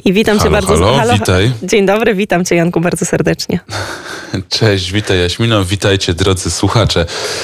I witam cię bardzo. Halo, witaj. Dzień dobry, witam cię, Janku, bardzo serdecznie. Cześć, witaj Jaśmino, witajcie drodzy słuchacze.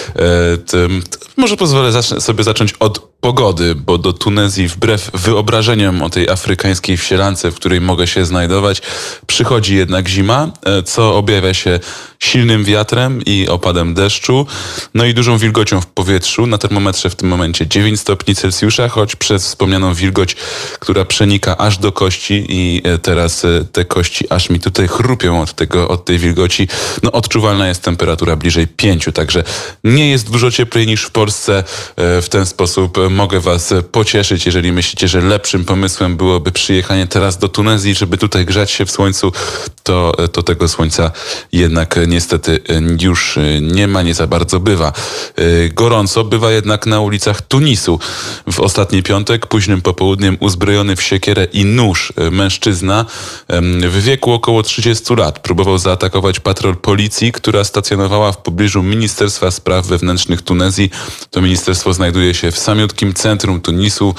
Może pozwolę sobie zacząć od pogody, bo do Tunezji wbrew wyobrażeniom o tej afrykańskiej wsielance, w której mogę się znajdować, przychodzi jednak zima, co objawia się silnym wiatrem i opadem deszczu, no i dużą wilgocią w powietrzu. Na termometrze w tym momencie 9 stopni Celsjusza, choć przez wspomnianą wilgoć, która przenika aż do kości i teraz te kości aż mi tutaj chrupią od tej wilgoci. No odczuwalna jest temperatura bliżej 5, także nie jest dużo cieplej niż w Polsce. W ten sposób mogę was pocieszyć, jeżeli myślicie, że lepszym pomysłem byłoby przyjechanie teraz do Tunezji, żeby tutaj grzać się w słońcu, to tego słońca jednak niestety już nie ma, nie za bardzo bywa. Gorąco bywa jednak na ulicach Tunisu. W ostatni piątek, późnym popołudniem, uzbrojony w siekierę i nóż mężczyzna w wieku około 30 lat próbował zaatakować patrol policji, która stacjonowała w pobliżu Ministerstwa Spraw Wewnętrznych Tunezji. To ministerstwo znajduje się w samiutkim centrum Tunisu,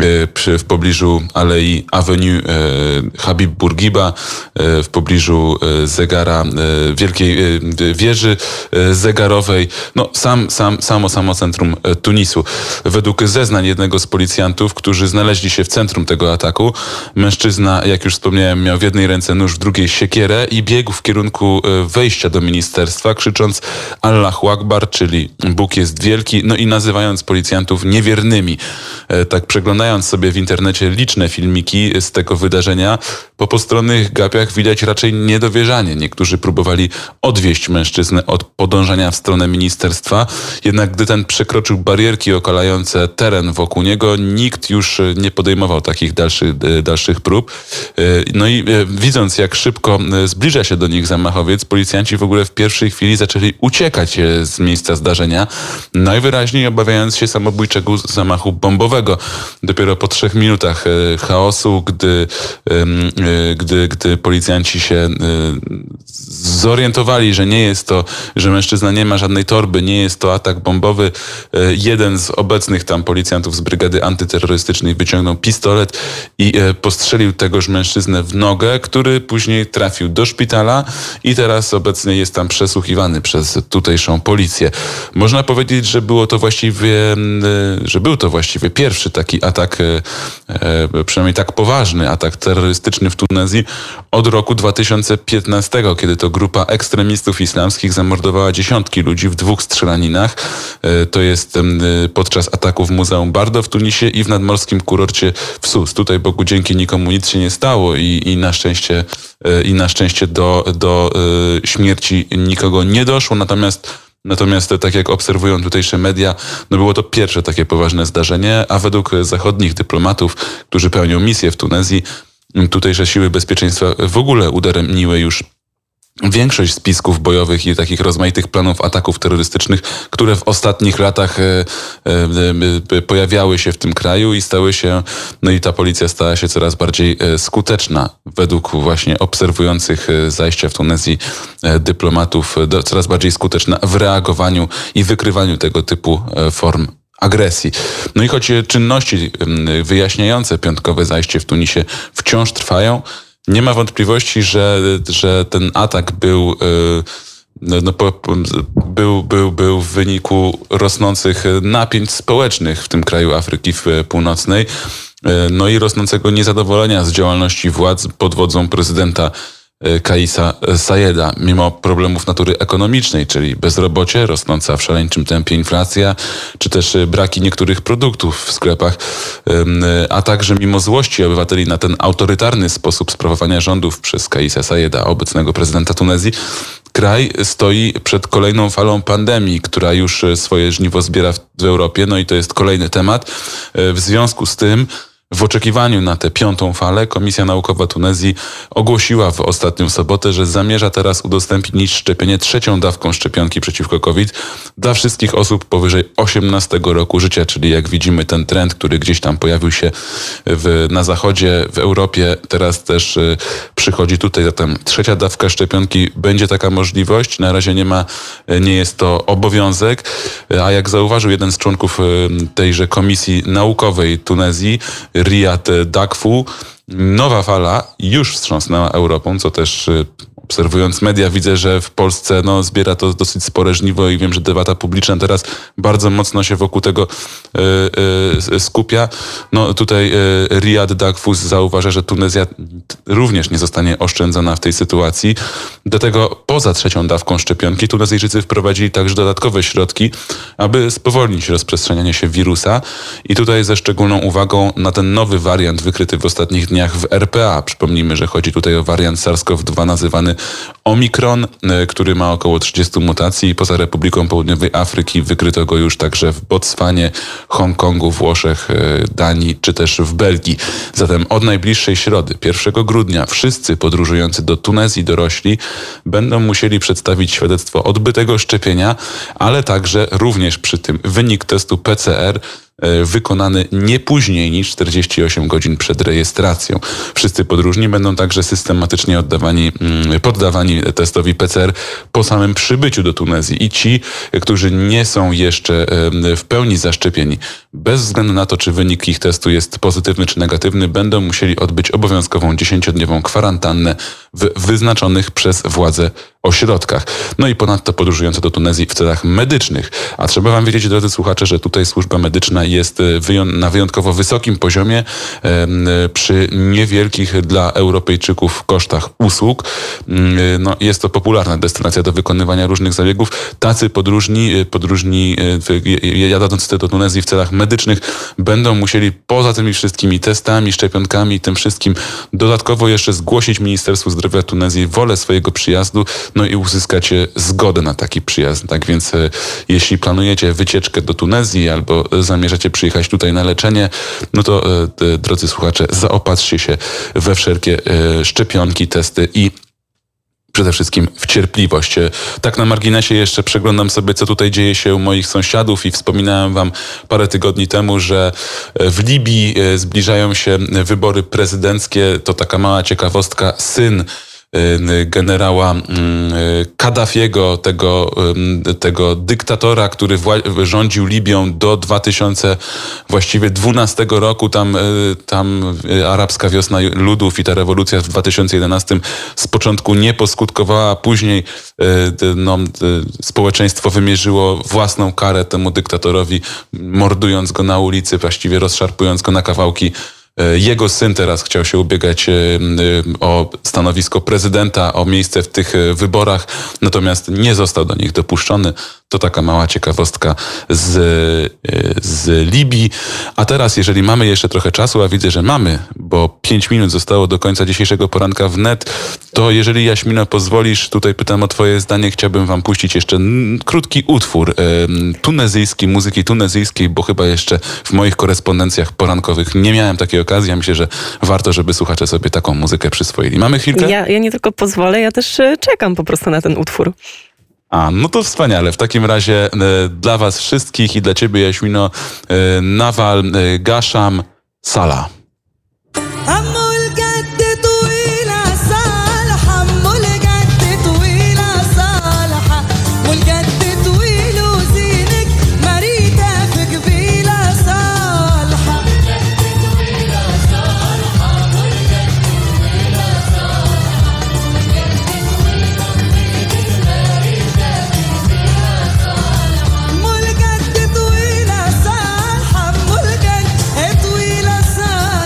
w pobliżu Alei Avenue Habib Bourguiba, w pobliżu zegara, wielkiej wieży zegarowej, no samo centrum Tunisu. Według zeznań jednego z policjantów, którzy znaleźli się w centrum tego ataku, mężczyzna, jak już wspomniałem, miał w jednej ręce nóż, w drugiej siekierę i biegł w kierunku wejścia do ministerstwa, krzycząc Allahu Akbar, czyli Bóg jest wielki, no i nazywając policjantów niewiernymi. Tak przeglądając sobie w internecie liczne filmiki z tego wydarzenia, po postronnych gapiach widać raczej niedowierzanie. Niektórzy próbowali odwieść mężczyznę od podążania w stronę ministerstwa, jednak gdy ten przekroczył barierki okalające teren wokół niego, nikt już nie podejmował takich dalszych prób. No i widząc, jak szybko zbliża się do nich zamachowiec, policjanci w ogóle w pierwszej chwili zaczęli uciekać z miejsca zdarzenia, najwyraźniej obawiając się samobójczego zamachu bombowego. Dopiero po 3 minutach chaosu, gdy policjanci się zorientowali, że nie jest to, że mężczyzna nie ma żadnej torby, nie jest to atak bombowy, jeden z obecnych tam policjantów z brygady antyterrorystycznej wyciągnął pistolet i postrzelił tegoż mężczyznę w nogę, który później trafił do szpitala i teraz obecnie jest tam przesłuchiwany przez tutejszą policję. Można powiedzieć, że był to właściwie pierwszy taki atak, przynajmniej tak poważny atak terrorystyczny w Tunezji od roku 2015, kiedy to grupa ekstremistów islamskich zamordowała dziesiątki ludzi w 2 strzelaninach. To jest podczas ataku w Muzeum Bardo w Tunisie i w nadmorskim kurorcie w Sus. Tutaj Bogu dzięki nikomu nic się nie stało i na szczęście do śmierci nikogo nie doszło. Natomiast tak jak obserwują tutejsze media, no było to pierwsze takie poważne zdarzenie, a według zachodnich dyplomatów, którzy pełnią misję w Tunezji, tutejsze siły bezpieczeństwa w ogóle udaremniły już większość spisków bojowych i takich rozmaitych planów ataków terrorystycznych, które w ostatnich latach pojawiały się w tym kraju i no i ta policja stała się coraz bardziej skuteczna. Według właśnie obserwujących zajścia w Tunezji dyplomatów, coraz bardziej skuteczna w reagowaniu i wykrywaniu tego typu form agresji. No i choć czynności wyjaśniające piątkowe zajście w Tunisie wciąż trwają, nie ma wątpliwości, że ten atak był w wyniku rosnących napięć społecznych w tym kraju Afryki Północnej, no i rosnącego niezadowolenia z działalności władz pod wodzą prezydenta Kaisa Saieda, mimo problemów natury ekonomicznej, czyli bezrobocie, rosnąca w szaleńczym tempie inflacja, czy też braki niektórych produktów w sklepach, a także mimo złości obywateli na ten autorytarny sposób sprawowania rządów przez Kaisa Saieda, obecnego prezydenta Tunezji, kraj stoi przed kolejną falą pandemii, która już swoje żniwo zbiera w Europie, no i to jest kolejny temat. W związku z tym w oczekiwaniu na tę 5. falę Komisja Naukowa Tunezji ogłosiła w ostatnią sobotę, że zamierza teraz udostępnić szczepienie 3. dawką szczepionki przeciwko COVID dla wszystkich osób powyżej 18 roku życia, czyli jak widzimy ten trend, który gdzieś tam pojawił się na zachodzie, w Europie, teraz też przychodzi tutaj. Zatem 3. dawka szczepionki, będzie taka możliwość. Na razie nie jest to obowiązek, a jak zauważył jeden z członków tejże Komisji Naukowej Tunezji, Riyad Dakfu, nowa fala już wstrząsnęła Europą, co też obserwując media widzę, że w Polsce zbiera to dosyć spore żniwo i wiem, że debata publiczna teraz bardzo mocno się wokół tego skupia. Tutaj Riyad Dagfus zauważa, że Tunezja również nie zostanie oszczędzona w tej sytuacji. Dlatego poza 3. dawką szczepionki Tunezyjczycy wprowadzili także dodatkowe środki, aby spowolnić rozprzestrzenianie się wirusa. I tutaj ze szczególną uwagą na ten nowy wariant wykryty w ostatnich dniach w RPA. Przypomnijmy, że chodzi tutaj o wariant SARS-CoV-2 nazywany Omikron, który ma około 30 mutacji. Poza Republiką Południowej Afryki wykryto go już także w Botswanie, Hongkongu, Włoszech, Danii czy też w Belgii. Zatem od najbliższej środy, 1 grudnia, wszyscy podróżujący do Tunezji dorośli będą musieli przedstawić świadectwo odbytego szczepienia, ale także również przy tym wynik testu PCR wykonany nie później niż 48 godzin przed rejestracją. Wszyscy podróżni będą także systematycznie poddawani testowi PCR po samym przybyciu do Tunezji i ci, którzy nie są jeszcze w pełni zaszczepieni, bez względu na to, czy wynik ich testu jest pozytywny czy negatywny, będą musieli odbyć obowiązkową 10-dniową kwarantannę w wyznaczonych przez władze ośrodkach. I ponadto podróżujące do Tunezji w celach medycznych. A trzeba wam wiedzieć, drodzy słuchacze, że tutaj służba medyczna jest na wyjątkowo wysokim poziomie przy niewielkich dla Europejczyków kosztach usług. Jest to popularna destynacja do wykonywania różnych zabiegów. Tacy podróżni jadący do Tunezji w celach medycznych będą musieli poza tymi wszystkimi testami, szczepionkami i tym wszystkim dodatkowo jeszcze zgłosić Ministerstwu Zdrowia Tunezji wolę swojego przyjazdu, i uzyskać zgodę na taki przyjazd. Tak więc jeśli planujecie wycieczkę do Tunezji albo zamierzacie przyjechać tutaj na leczenie, to drodzy słuchacze, zaopatrzcie się we wszelkie szczepionki, testy i przede wszystkim w cierpliwość. Tak na marginesie jeszcze przeglądam sobie, co tutaj dzieje się u moich sąsiadów i wspominałem wam parę tygodni temu, że w Libii zbliżają się wybory prezydenckie. To taka mała ciekawostka. Syn generała Kaddafiego, tego dyktatora, który rządził Libią do 2012 roku. Tam arabska wiosna ludów i ta rewolucja w 2011 z początku nie poskutkowała, później społeczeństwo wymierzyło własną karę temu dyktatorowi, mordując go na ulicy, właściwie rozszarpując go na kawałki. Jego syn teraz chciał się ubiegać o stanowisko prezydenta, o miejsce w tych wyborach, natomiast nie został do nich dopuszczony. To taka mała ciekawostka z Libii. A teraz, jeżeli mamy jeszcze trochę czasu, a widzę, że mamy, bo 5 minut zostało do końca dzisiejszego poranka wnet, to jeżeli, Jaśmino, pozwolisz, tutaj pytam o twoje zdanie, chciałbym wam puścić jeszcze krótki utwór tunezyjski, muzyki tunezyjskiej, bo chyba jeszcze w moich korespondencjach porankowych nie miałem takiej okazji. Ja myślę, że warto, żeby słuchacze sobie taką muzykę przyswoili. Mamy chwilkę? Ja nie tylko pozwolę, ja też czekam po prostu na ten utwór. To wspaniale. W takim razie dla was wszystkich i dla ciebie, Jaśmino, Nawal Gaszam Sala. طويلة صالحة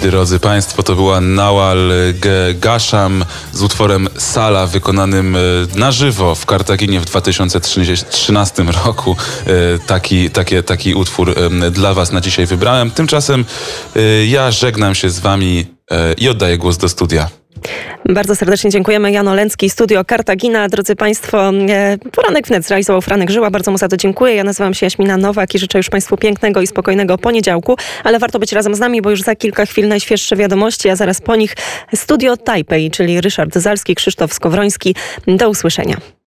Drodzy Państwo, to była Nawal Gasham z utworem Sala, wykonanym na żywo w Kartaginie w 2013 roku. Taki utwór dla Was na dzisiaj wybrałem. Tymczasem ja żegnam się z Wami i oddaję głos do studia. Bardzo serdecznie dziękujemy. Jan Olencki, Studio Kartagina. Drodzy Państwo, Poranek Wnet zrealizował Franek Żyła. Bardzo mu za to dziękuję. Ja nazywam się Jaśmina Nowak i życzę już Państwu pięknego i spokojnego poniedziałku, ale warto być razem z nami, bo już za kilka chwil najświeższe wiadomości, a zaraz po nich Studio Tajpej, czyli Ryszard Zalski, Krzysztof Skowroński. Do usłyszenia.